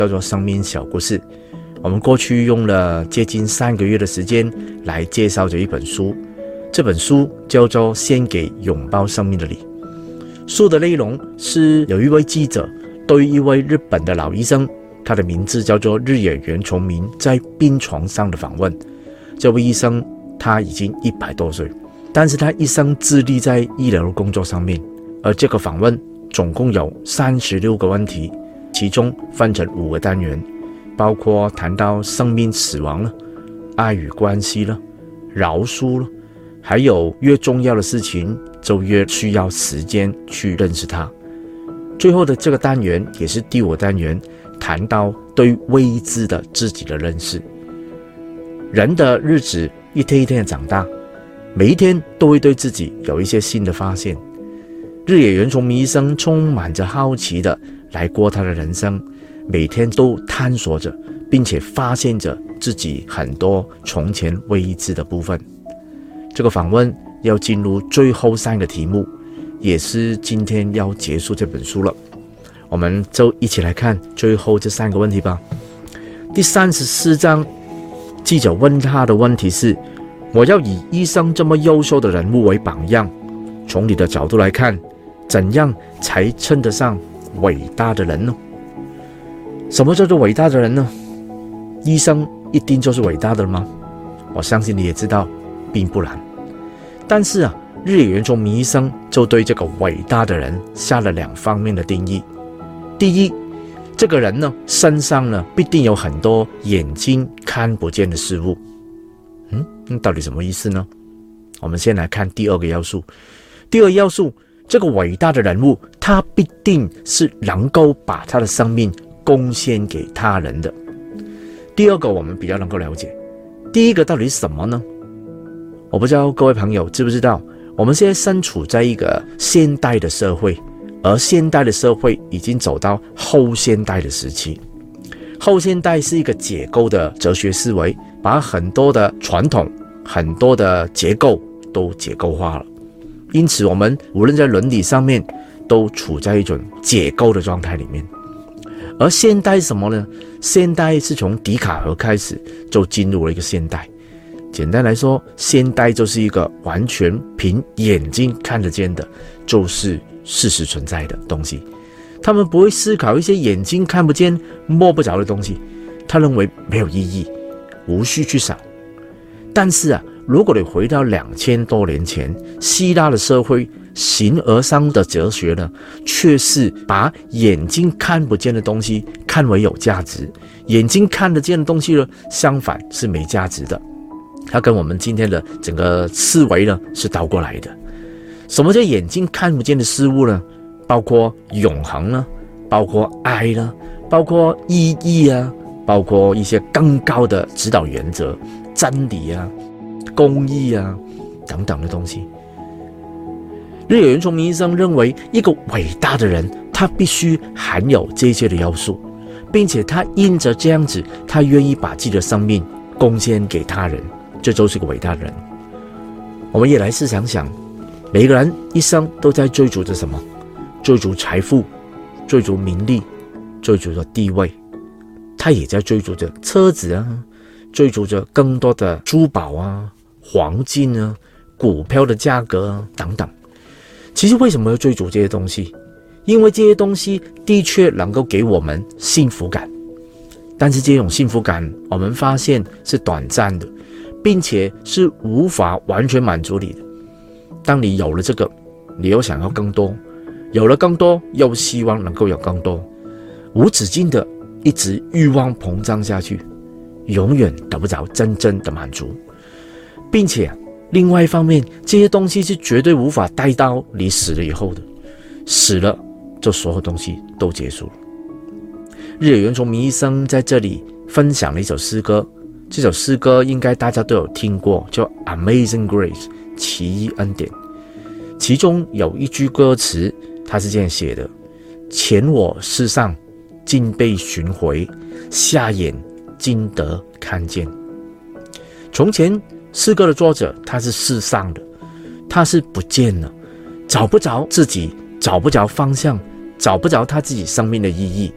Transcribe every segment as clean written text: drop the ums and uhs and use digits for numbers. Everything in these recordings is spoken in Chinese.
叫做生命小故事。我们过去用了接近3个月的时间来介绍这一本书，这本书叫做献给拥抱生命的你。书的内容是有一位记者对一位日本的老医生，他的名字叫做日野原重明，在病床上的访问。这位医生他已经100多岁，但是他一生致力在医疗工作上面，而这个访问总共有36个问题，其中分成5个单元，包括谈到生命死亡了、爱与关系了、饶恕了，还有越重要的事情就越需要时间去认识它。最后的这个单元也是第5个单元，谈到对未知的自己的认识。人的日子一天一天的长大，每一天都会对自己有一些新的发现。日野原重明医生充满着好奇的来过他的人生，每天都探索着，并且发现着自己很多从前未知的部分。这个访问要进入最后3个题目，也是今天要结束这本书了。我们就一起来看最后这3个问题吧。第34章，记者问他的问题是：我要以医生这么优秀的人物为榜样，从你的角度来看，怎样才称得上伟大的人呢？什么叫做伟大的人呢？医生一定就是伟大的吗？我相信你也知道，并不然。但是日野原重明医生就对这个伟大的人下了2方面的定义。第一，这个人呢，身上呢必定有很多眼睛看不见的事物。那到底什么意思呢？我们先来看第2个要素。第2要素，这个伟大的人物，他必定是能够把他的生命贡献给他人的。第2个我们比较能够了解，第1个到底是什么呢？我不知道各位朋友知不知道，我们现在身处在一个现代的社会，而现代的社会已经走到后现代的时期。后现代是一个解构的哲学思维，把很多的传统、很多的结构都解构化了。因此我们无论在伦理上面都处在一种解构的状态里面。而现代是什么呢？现代是从笛卡尔开始就进入了一个现代。简单来说，现代就是一个完全凭眼睛看得见的，就是事实存在的东西。他们不会思考一些眼睛看不见、摸不着的东西，他认为没有意义，无需去想。但是如果你回到2000多年前，希腊的社会，形而上的哲学呢，却是把眼睛看不见的东西看为有价值，眼睛看得见的东西呢，相反是没价值的。它跟我们今天的整个思维呢是倒过来的。什么叫眼睛看不见的事物呢？包括永恒呢，包括爱呢，包括意义啊，包括一些更高的指导原则、真理啊、公义啊等等的东西。日野原重明医生认为，一个伟大的人，他必须含有这些的要素，并且他因着这样子，他愿意把自己的生命贡献给他人，这就是个伟大的人。我们也来试想想，每个人一生都在追逐着什么？追逐财富，追逐名利，追逐着地位，他也在追逐着车子啊，追逐着更多的珠宝啊、黄金啊、股票的价格啊等等。其实为什么要追逐这些东西？因为这些东西的确能够给我们幸福感，但是这种幸福感我们发现是短暂的，并且是无法完全满足你的。当你有了这个，你又想要更多，有了更多又希望能够有更多，无止境的一直欲望膨胀下去，永远得不着真正的满足。并且另外一方面，这些东西是绝对无法带到你死了以后的，死了就所有东西都结束了。日野原重明医生在这里分享了一首诗歌，这首诗歌应该大家都有听过，叫 Amazing Grace 奇异恩典。其中有一句歌词，他是这样写的：前我世上尽被寻回，下眼今得看见。从前诗歌的作者他是世上的，他是不见了，找不着自己，找不着方向，找不着他自己生命的意义，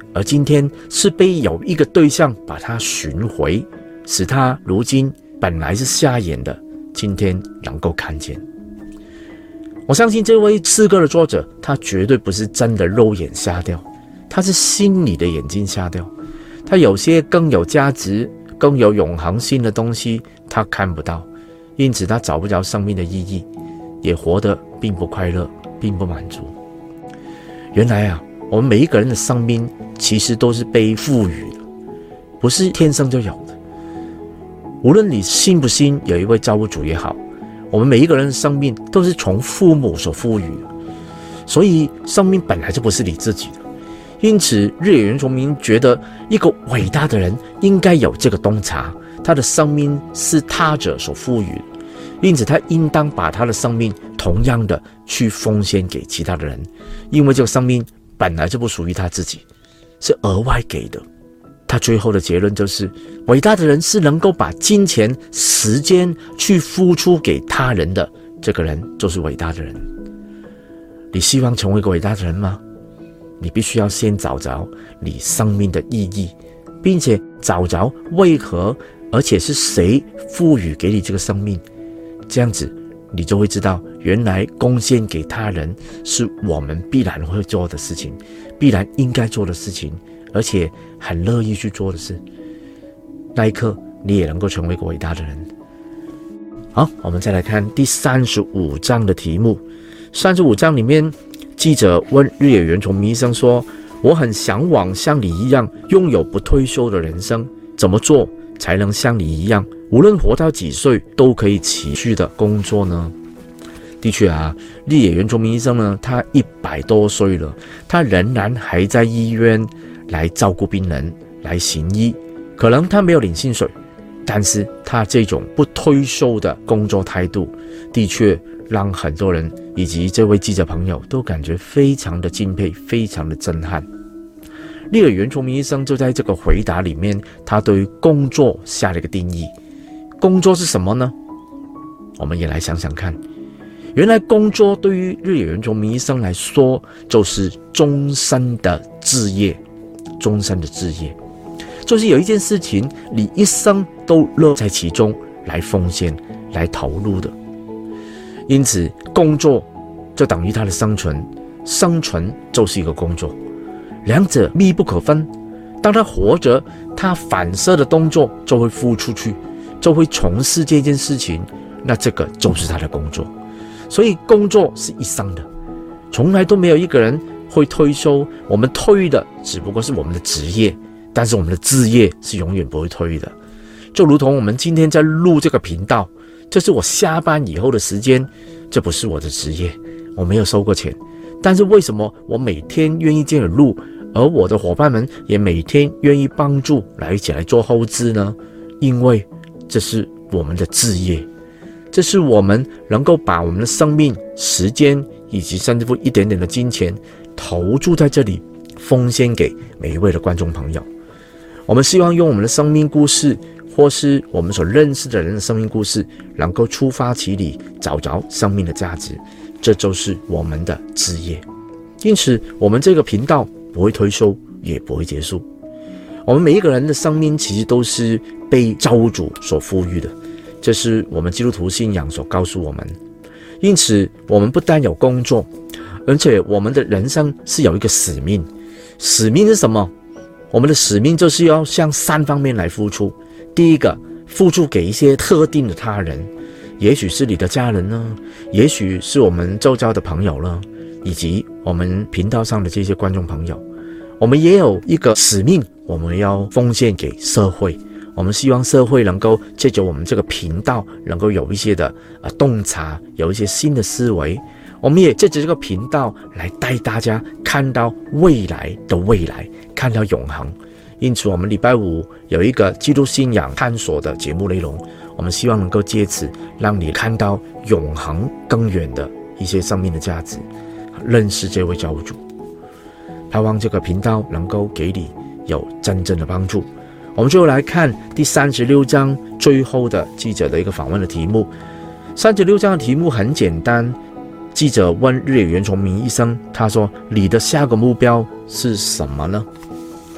而今天是被有一个对象把他寻回，使他如今本来是瞎眼的，今天能够看见。我相信这位诗歌的作者，他绝对不是真的肉眼瞎掉，他是心里的眼睛瞎掉。他有些更有价值、更有永恒性的东西他看不到，因此他找不着生命的意义，也活得并不快乐，并不满足。原来我们每一个人的生命其实都是被赋予的，不是天生就有的。无论你信不信有一位造物主也好，我们每一个人的生命都是从父母所赋予的，所以生命本来就不是你自己的。因此日野原重明觉得一个伟大的人应该有这个洞察，他的生命是他者所赋予的，因此他应当把他的生命同样的去奉献给其他的人，因为这个生命本来就不属于他自己，是额外给的。他最后的结论就是，伟大的人是能够把金钱、时间去付出给他人的，这个人就是伟大的人。你希望成为一个伟大的人吗？你必须要先找着你生命的意义，并且找着为何，而且是谁赋予给你这个生命。这样子你就会知道，原来贡献给他人是我们必然会做的事情，必然应该做的事情，而且很乐意去做的事。那一刻你也能够成为一个伟大的人。好，我们再来看第35章的题目。35章里面，记者问日野原重明医生说，我很向往像你一样拥有不退休的人生，怎么做才能像你一样无论活到几岁都可以持续的工作呢？的确日野原重明医生呢，他100多岁了，他仍然还在医院来照顾病人，来行医。可能他没有领薪水，但是他这种不退休的工作态度，的确让很多人以及这位记者朋友都感觉非常的敬佩，非常的震撼。日野原重明医生就在这个回答里面，他对工作下了一个定义。工作是什么呢？我们也来想想看。原来工作对于日野原重明医生来说，就是终身的志业。终身的志业就是有一件事情你一生都乐在其中，来奉献，来投入的。因此工作就等于他的生存，生存就是一个工作，两者密不可分。当他活着，他反射的动作就会付出去，就会从事这件事情，那这个就是他的工作。所以工作是一生的，从来都没有一个人会退休。我们退的只不过是我们的职业，但是我们的志业是永远不会退的。就如同我们今天在录这个频道，这是我下班以后的时间，这不是我的职业，我没有收过钱，但是为什么我每天愿意这样录，而我的伙伴们也每天愿意帮助来一起来做后制呢？因为这是我们的志业，这是我们能够把我们的生命、时间以及甚至乎一点点的金钱投注在这里，奉献给每一位的观众朋友。我们希望用我们的生命故事，或是我们所认识的人的生命故事，能够出发其理，找着生命的价值，这就是我们的志业。因此我们这个频道不会退休，也不会结束。我们每一个人的生命其实都是被造物主所赋予的，这是我们基督徒信仰所告诉我们。因此我们不但有工作，而且我们的人生是有一个使命。使命是什么？我们的使命就是要向3方面来付出。第一个，付出给一些特定的他人，也许是你的家人呢，也许是我们周遭的朋友呢，以及我们频道上的这些观众朋友。我们也有一个使命，我们要奉献给社会。我们希望社会能够借着我们这个频道，能够有一些的洞察，有一些新的思维。我们也借着这个频道来带大家看到未来的未来，看到永恒。因此我们礼拜5有一个基督信仰探索的节目内容，我们希望能够借此让你看到永恒更远的一些生命的价值，认识这位造物主。盼望这个频道能够给你有真正的帮助。我们最后来看第36章最后的记者的一个访问的题目。36章的题目很简单，记者问日野原重明医生，他说，你的下个目标是什么呢？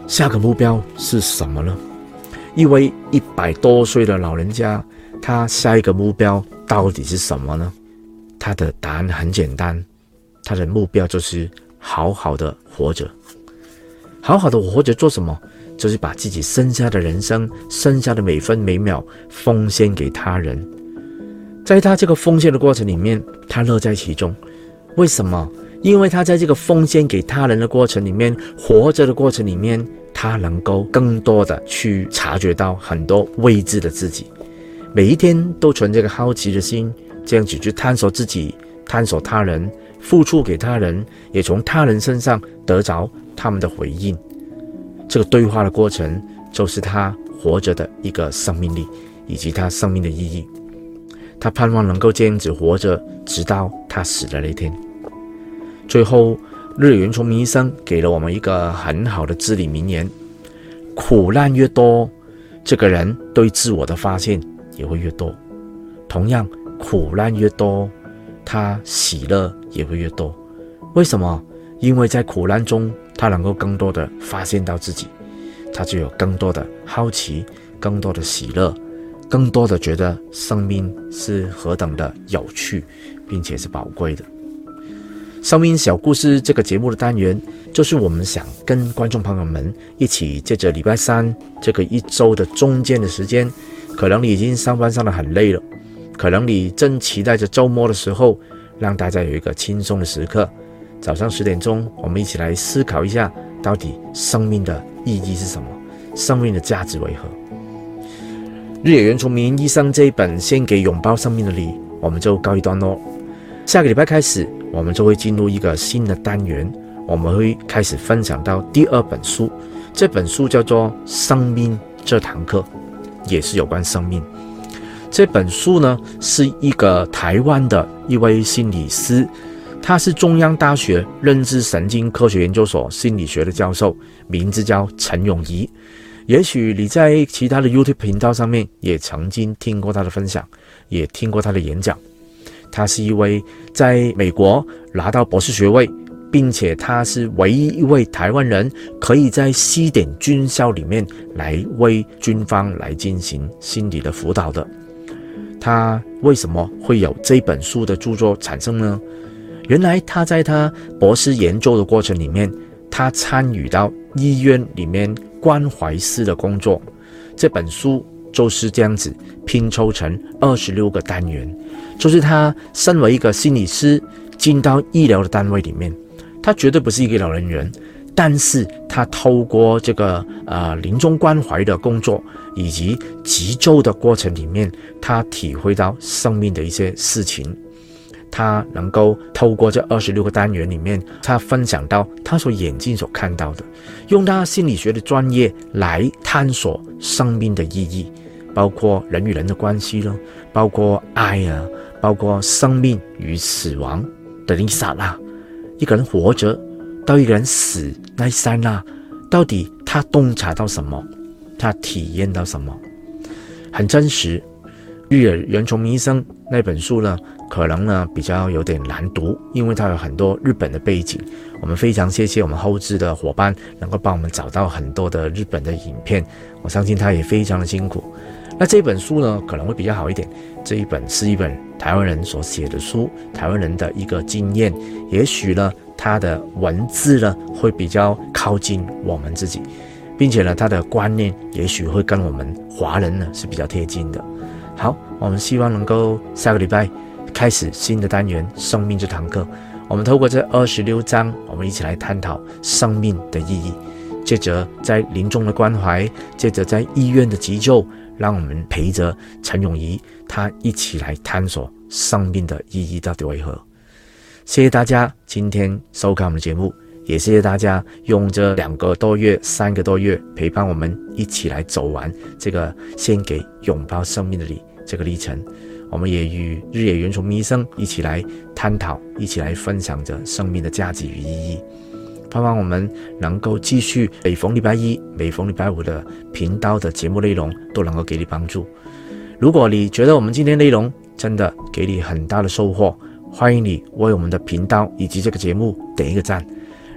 下个目标是什么呢？一位100多岁的老人家，他下一个目标到底是什么呢？他的答案很简单，他的目标就是好好的活着。好好的活着做什么？就是把自己剩下的人生，剩下的每分每秒奉献给他人。在他这个奉献的过程里面，他乐在其中。为什么？因为他在这个奉献给他人的过程里面，活着的过程里面，他能够更多的去察觉到很多未知的自己。每一天都存这个好奇的心，这样子去探索自己，探索他人，付出给他人，也从他人身上得着他们的回应。这个对话的过程就是他活着的一个生命力，以及他生命的意义。他盼望能够这样子活着，直到他死的那天。最后，日野原重明医生给了我们一个很好的至理名言：苦难越多，这个人对自我的发现也会越多。同样，苦难越多，他喜乐也会越多。为什么？因为在苦难中，他能够更多的发现到自己，他就有更多的好奇，更多的喜乐，更多的觉得生命是何等的有趣，并且是宝贵的。生命小故事这个节目的单元，就是我们想跟观众朋友们一起借着礼拜三这个一周的中间的时间，可能你已经上班上得很累了，可能你正期待着周末的时候，让大家有一个轻松的时刻。早上10点钟，我们一起来思考一下，到底生命的意义是什么，生命的价值为何。日野原重明医生这一本《献给拥抱生命的礼》，我们就告一段落。下个礼拜开始，我们就会进入一个新的单元，我们会开始分享到第2本书。这本书叫做《生命这堂课》，也是有关生命。这本书呢，是一个台湾的一位心理师，他是中央大学认知神经科学研究所心理学的教授，名字叫陈永仪。也许你在其他的 YouTube 频道上面也曾经听过他的分享，也听过他的演讲。他是一位在美国拿到博士学位，并且他是唯一一位台湾人可以在西点军校里面来为军方来进行心理的辅导的。他为什么会有这本书的著作产生呢？原来他在他博士研究的过程里面，他参与到医院里面关怀师的工作。这本书就是这样子拼凑成26个单元，就是他身为一个心理师进到医疗的单位里面，他绝对不是一个医疗人员，但是他透过这个临终关怀的工作以及急救的过程里面，他体会到生命的一些事情。他能够透过这26个单元里面，他分享到他所眼睛所看到的，用他心理学的专业来探索生命的意义，包括人与人的关系了，包括爱啊，包括生命与死亡的一刹那，一个人活着到一个人死那一刹那，到底他洞察到什么，他体验到什么，很真实。日野原重明医生那本书呢，可能呢比较有点难读，因为它有很多日本的背景。我们非常谢谢我们后制的伙伴能够帮我们找到很多的日本的影片，我相信他也非常的辛苦。那这本书呢可能会比较好一点，这一本是一本台湾人所写的书，台湾人的一个经验，也许呢他的文字呢会比较靠近我们自己，并且呢他的观念也许会跟我们华人呢是比较贴近的。好，我们希望能够下个礼拜开始新的单元生命这堂课，我们透过这26章，我们一起来探讨生命的意义，接着在临终的关怀，接着在医院的急救，让我们陪着陈永仪他一起来探索生命的意义到底为何。谢谢大家今天收看我们的节目，也谢谢大家用这2个多月3个多月陪伴我们一起来走完这个献给拥抱生命的礼这个历程。我们也与日野原重明医生一起来探讨，一起来分享着生命的价值与意义。盼望我们能够继续每逢礼拜一每逢礼拜五的频道的节目内容都能够给你帮助。如果你觉得我们今天内容真的给你很大的收获，欢迎你为我们的频道以及这个节目点一个赞，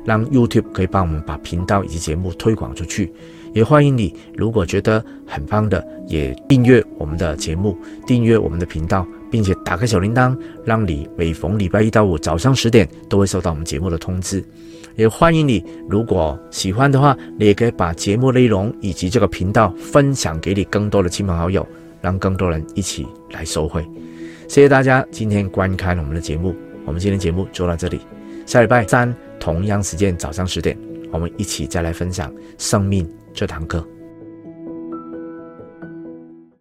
让 YouTube 可以帮我们把频道以及节目推广出去。也欢迎你，如果觉得很棒的，也订阅我们的节目，订阅我们的频道，并且打开小铃铛，让你每逢礼拜一到五早上10点都会收到我们节目的通知。也欢迎你，如果喜欢的话，你也可以把节目内容以及这个频道分享给你更多的亲朋好友，让更多人一起来收获。谢谢大家今天观看我们的节目，我们今天节目就到这里，下礼拜3同样时间早上10点，我们一起再来分享生命这堂课。